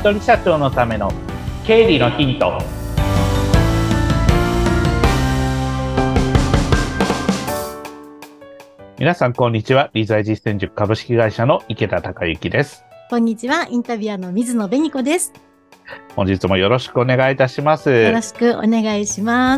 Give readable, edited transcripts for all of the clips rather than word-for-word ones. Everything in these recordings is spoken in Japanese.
人社長のための経理のヒント。皆さんこんにちは。理財実践塾株式会社の池田孝之です。 こんにちは。インタビュアーの水野紅子です。 本日もよろしくお願いいたします。 よろしくお願いします。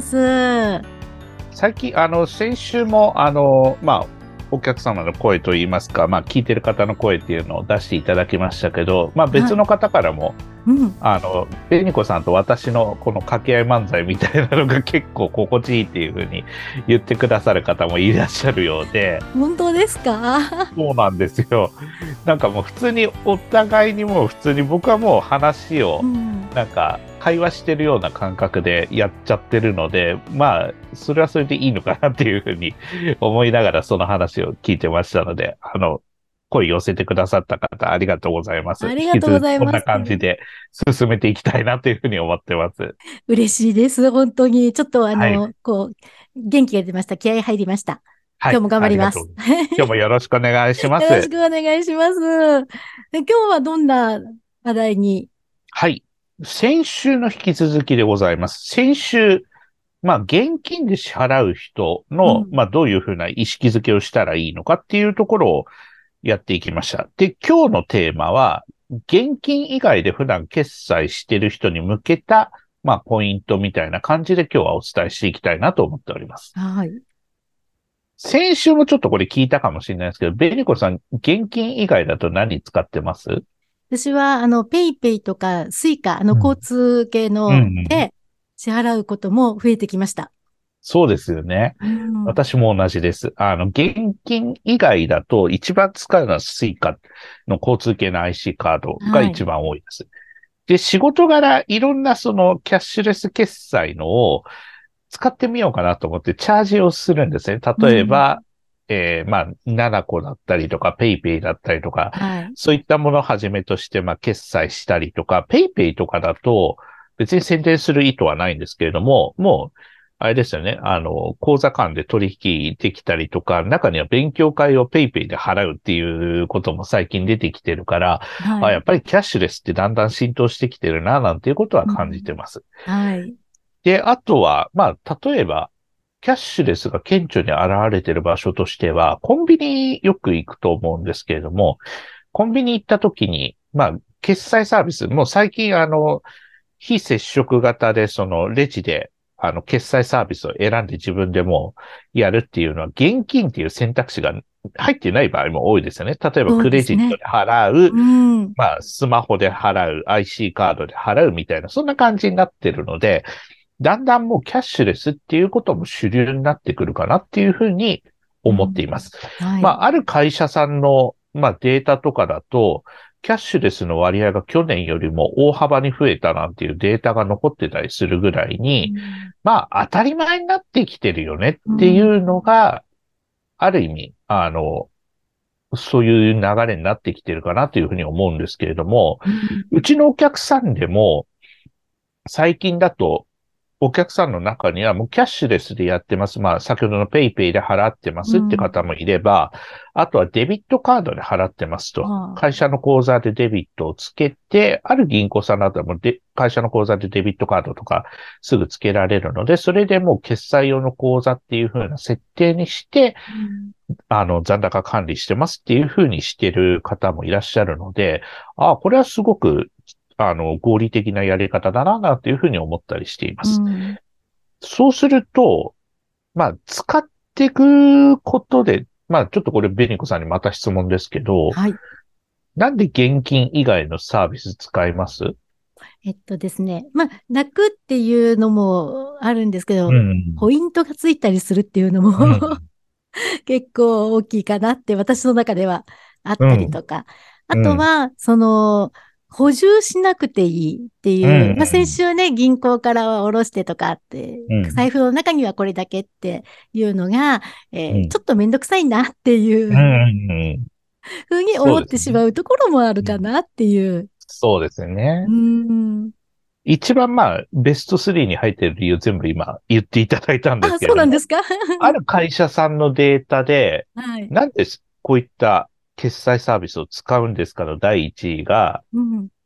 最近先週もお客様の声といいますか、聞いてる方の声っていうのを出していただきましたけど、別の方からも、紅子さんと私のこの掛け合い漫才みたいなのが結構心地いいっていう風に言ってくださる方もいらっしゃるようで。 本当ですか？ そうなんですよ。なんかもう普通にお互いにもう普通に僕はもう話をなんか会話してるような感覚でやっちゃってるので、それはそれでいいのかなっていうふうに思いながらその話を聞いてましたので、声寄せてくださった方ありがとうございます。 ありがとうございます。 引き続きこんな感じで進めていきたいなというふうに思ってます。 嬉しいです。本当に。ちょっとはい、 元気が出ました。気合入りました。 はい、 今日も頑張ります。 ありがとう。今日もよろしくお願いしまよろしす。 くお願いします。で、今日はどんな話題に？ はい。先週の引き続きでございます。先週、現金で支払う人の、どういうふうな意識づけをしたらいいのかっていうところをやっていきました。で、今日のテーマは、現金以外で普段決済している人に向けた、ポイントみたいな感じで今日はお伝えしていきたいなと思っております。 はい。 先週もちょっとこれ聞いたかもしれないですけど、ベニコさん、現金以外だと何使ってます？ 私は、ペイペイとかスイカ、交通系ので支払うことも増えてきました。 そうですよね。私も同じです。現金以外だと一番使うのはスイカの交通系の IC カードが一番多いです。で、仕事柄いろんなそのキャッシュレス決済のを使ってみようかなと思ってチャージをするんですね。例えば、7個だったりとか、ペイペイだったりとか、そういったものをはじめとして、決済したりとか、ペイペイとかだと、別に宣伝する意図はないんですけれども、もう、あれですよね、口座間で取引できたりとか、中には勉強会をペイペイで払うっていうことも最近出てきてるから、やっぱりキャッシュレスってだんだん浸透してきてるな、なんていうことは感じてます。 はい。 で、あとは、例えば、キャッシュレスが顕著に現れている場所としては、コンビニよく行くと思うんですけれども、コンビニ行った時に、決済サービス、もう最近非接触型で、そのレジで、決済サービスを選んで自分でもやるっていうのは、現金っていう選択肢が入ってない場合も多いですよね。例えばクレジットで払う、スマホで払う、IC カードで払うみたいな、そんな感じになってるので、だんだんもうキャッシュレスっていうことも主流になってくるかなっていうふうに思っています。ある会社さんの、データとかだと、キャッシュレスの割合が去年よりも大幅に増えたなんていうデータが残ってたりするぐらいに、当たり前になってきてるよねっていうのが、ある意味、そういう流れになってきてるかなというふうに思うんですけれども、うちのお客さんでも、最近だと、お客さんの中にはもうキャッシュレスでやってます。先ほどのペイペイで払ってますって方もいれば、あとはデビットカードで払ってますと。会社の口座でデビットをつけて、ある銀行さんだとも会社の口座でデビットカードとかすぐつけられるので、それでもう決済用の口座っていう風な設定にして、残高管理してますっていう風にしてる方もいらっしゃるので、これはすごく合理的なやり方だな、なんていうふうに思ったりしています。そうすると、使っていくことで、ちょっとこれ、ベニコさんにまた質問ですけど、なんで現金以外のサービス使います？ ですね。楽っていうのもあるんですけど、ポイントがついたりするっていうのも結構大きいかなって私の中ではあったりとか。あとは、補充しなくていいっていう、先週ね、銀行から下ろしてとかって、財布の中にはこれだけっていうのが、ちょっとめんどくさいなっていうふうに思ってしまうところもあるかなっていう。 そうですね。一番ベスト3に入っている理由全部今言っていただいたんですけれども。 そうなんですか？ ある会社さんのデータで、なんでこういった決済サービスを使うんですかの第1位が、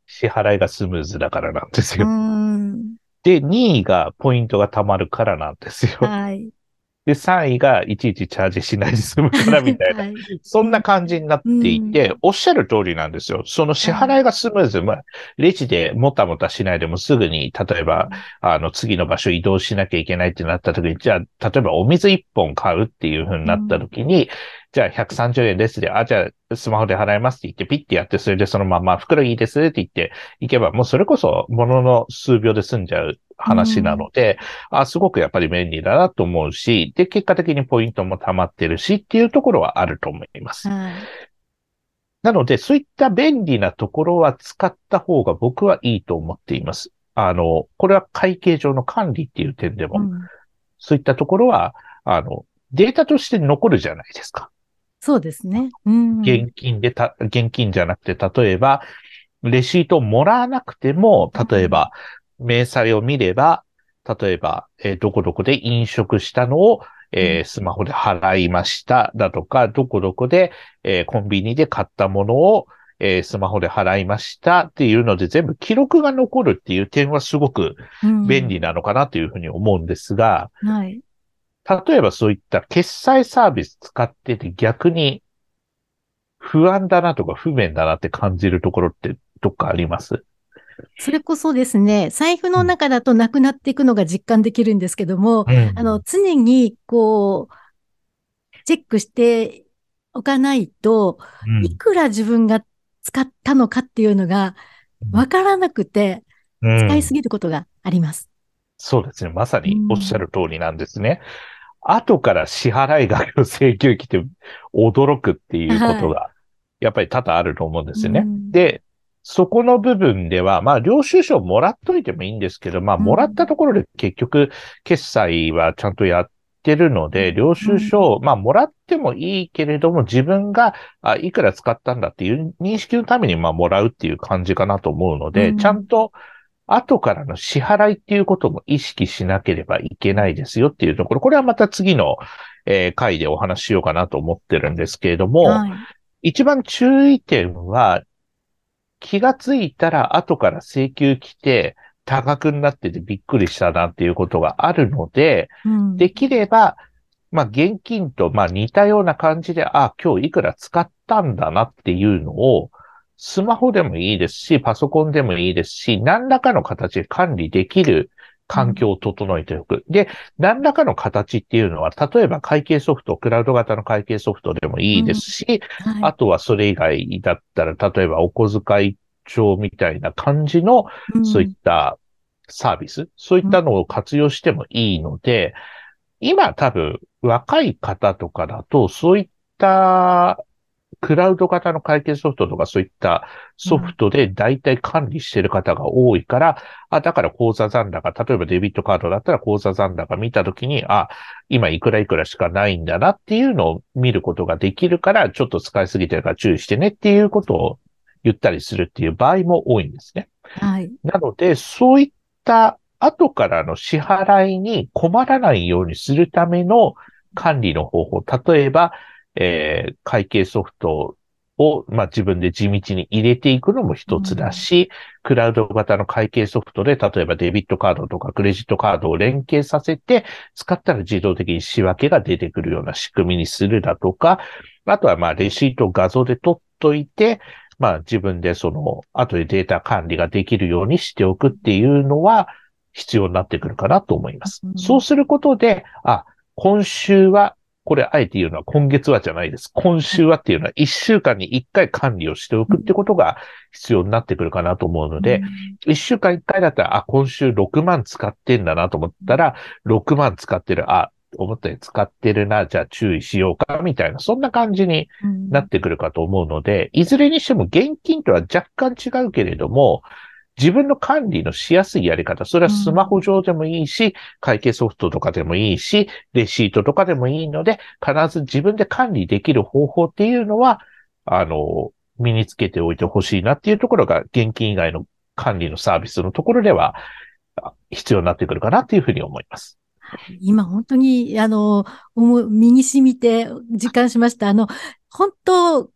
支払いがスムーズだからなんですうーよ。 ん。 で、2位がポイントが貯まるからなんですよ。 はい。 で、3位がいちいちチャージしないで済むからみたいな、 はい。 そんなうん。 感じになっうていて、 ん。 おっしゃる通りなんですよ。その支はい。 払いがスムーズ。まあ、レジでもたもたしないでもすぐに、例えば、 うん。 次の場所移動しなきゃいけないってなった時に、じゃあ、例えばお水1本買うっていう風になったうん。 時に、じゃあ130円ですで、じゃあスマホで払いますって言ってピッてやって、それでそのまま袋いいですって言って行けば、もうそれこそものの数秒で済んじゃうう話なん。 ので、すごくやっぱり便利だなと思うし、で、結果的にポイントも溜まってるしっていうところはあると思います。 はい。 なので、そういった便利なところは使った方が僕はいいと思っています。これは会計上の管理っていう点でも、 うん。 そういったところは、データとして残るじゃないですか。 そうですね。うん。 現金じゃなくて、例えば、レシートをもらわなくても、 うん。 例えば、明細を見れば、例えば、どこどこで飲食したのを、 うん。 スマホで払いましただとか、どこどこで、コンビニで買ったものを、スマホで払いましたっていうので全部記録が残るっていう点はすごくうん。 便利なのかなというふうに思うんですが、 はい。 例えばそういった決済サービス使ってて逆に不安だなとか不便だなって感じるところってどっかあります？ それこそですね、財布うん。 の中だとなくなっていくのが実感できるんですけども、 うん。 常にチェックしておかないと、 うん。 いくら自分が使ったのかっていうのがわからなくて、 うん。 使いすぎることがあります。 そうですね。まさうにおっしゃん。 る通りなんですね。後から支払い額の請求来て驚くっていうこはい。 とが、やっぱり多々あると思うんでうすよね。 ん。 で、そこの部分では、まあ、領収書もらっといてもいいんですけど、まあ、 うん。 もらったところで結局、決済はちゃんとやってるので、領うん。 収書、まあ、もらってもいいけれども、自分が、いくら使ったんだっていう認識のために、まあ、もらうっていう感じかなと思うので、ちゃんうん。 と、後からの支払いっていうことも意識しなければいけないですよっていうところ、これはまた次の、回でお話ししようかなと思ってるんですけれども、 はい。 一番注意点は、気がついたら後から請求来て、多額になっててびっくりしたなっていうことがあるので、 うん。 できれば、まあ、現金と、まあ、似たような感じで、今日いくら使ったんだなっていうのを、スマホでもいいですし、パソコンでもいいですし、何らかの形で管理できる環境を整えておく。で、何らかの形っていうのは、例えば会計ソフト、クラウド型の会計ソフトでもいいでうん。 すし、 はい。 あとはそれ以外だったら、例えばお小遣い帳みたいな感じの、そういっうん。 たサービス、そういっうん。 たのを活用してもいいので、今多分若い方とかだと、そういったクラウド型の会計ソフトとかそういったソフうん。 トで大体管理している方が多いから、だから口座残高、例えばデビットカードだったら口座残高見たときに、今いくらいくらしかないんだなっていうのを見ることができるから、ちょっと使いすぎてるから注意してねっていうことを言ったりするっていう場合も多いんですね。 はい。 なので、そういった後からの支払いに困らないようにするための管理の方法。例えば、会計ソフトを、まあ、自分で地道に入れていくのもう一つだん。 し、クラウド型の会計ソフトで、例えばデビットカードとかクレジットカードを連携させて、使ったら自動的に仕分けが出てくるような仕組みにするだとか、あとはまあ、レシートを画像で取っといて、まあ自分で後でデータ管理ができるようにしておくっていうのは必要になってくるかなと思います。 うん。 そうすることで、今週は、これあえて言うのは今月はじゃないです。今はい。 週はっていうのは1週間に1回管理をしておくってことが必要になってくるかなと思うのうで、 ん。 1週間1回だったら、今週6万使ってんだなと思ったら、6万使ってる、思ったより使ってるな、じゃあ注意しようか、みたいな、そんな感じにうん。 なってくるかと思うので、いずれにしても現金とは若干違うけれども、自分の管理のしやすいやり方、それはうスマホん。 上でもいいし、会計ソフトとかでもいいし、レシートとかでもいいので、必ず自分で管理できる方法っていうのは、身につけておいてほしいなっていうところが、現金以外の管理のサービスのところでは必要になってくるかなっていうふうに思います。 今本当に、身に染みて実感しました。本当、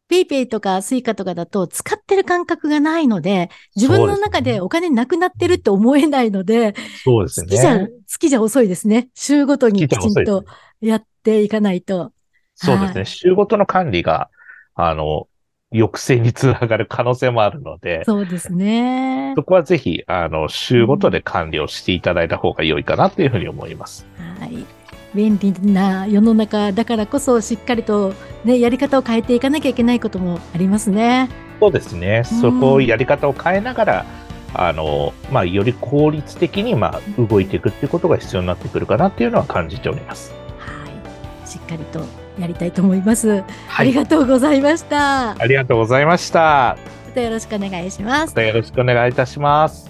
ペイペイとかスイカとかだと使ってる感覚がないので、自分の中でお金なくなってるって思えないので、 そうですね。 月じゃ遅いですね。週ごとにきちんとやっていかないと。 そうですね。週ごとの管理が、抑制につながる可能性もあるので、 そうですね。 そこはぜひ、週ごとで管理をしていただいた方が良いかなというふうに思います。 はい。便利な世の中だからこそ、しっかりとね、やり方を変えていかなきゃいけないこともありますね。 そうですね。そこをやり方を変えながら、より効率的に、動いていくっていうことが必要になってくるかなっていうのは感じております。 はい。しっかりとやりたいと思います。 はい、 ありがとうございました。 ありがとうございました。 またよろしくお願いします。 またよろしくお願いいたします。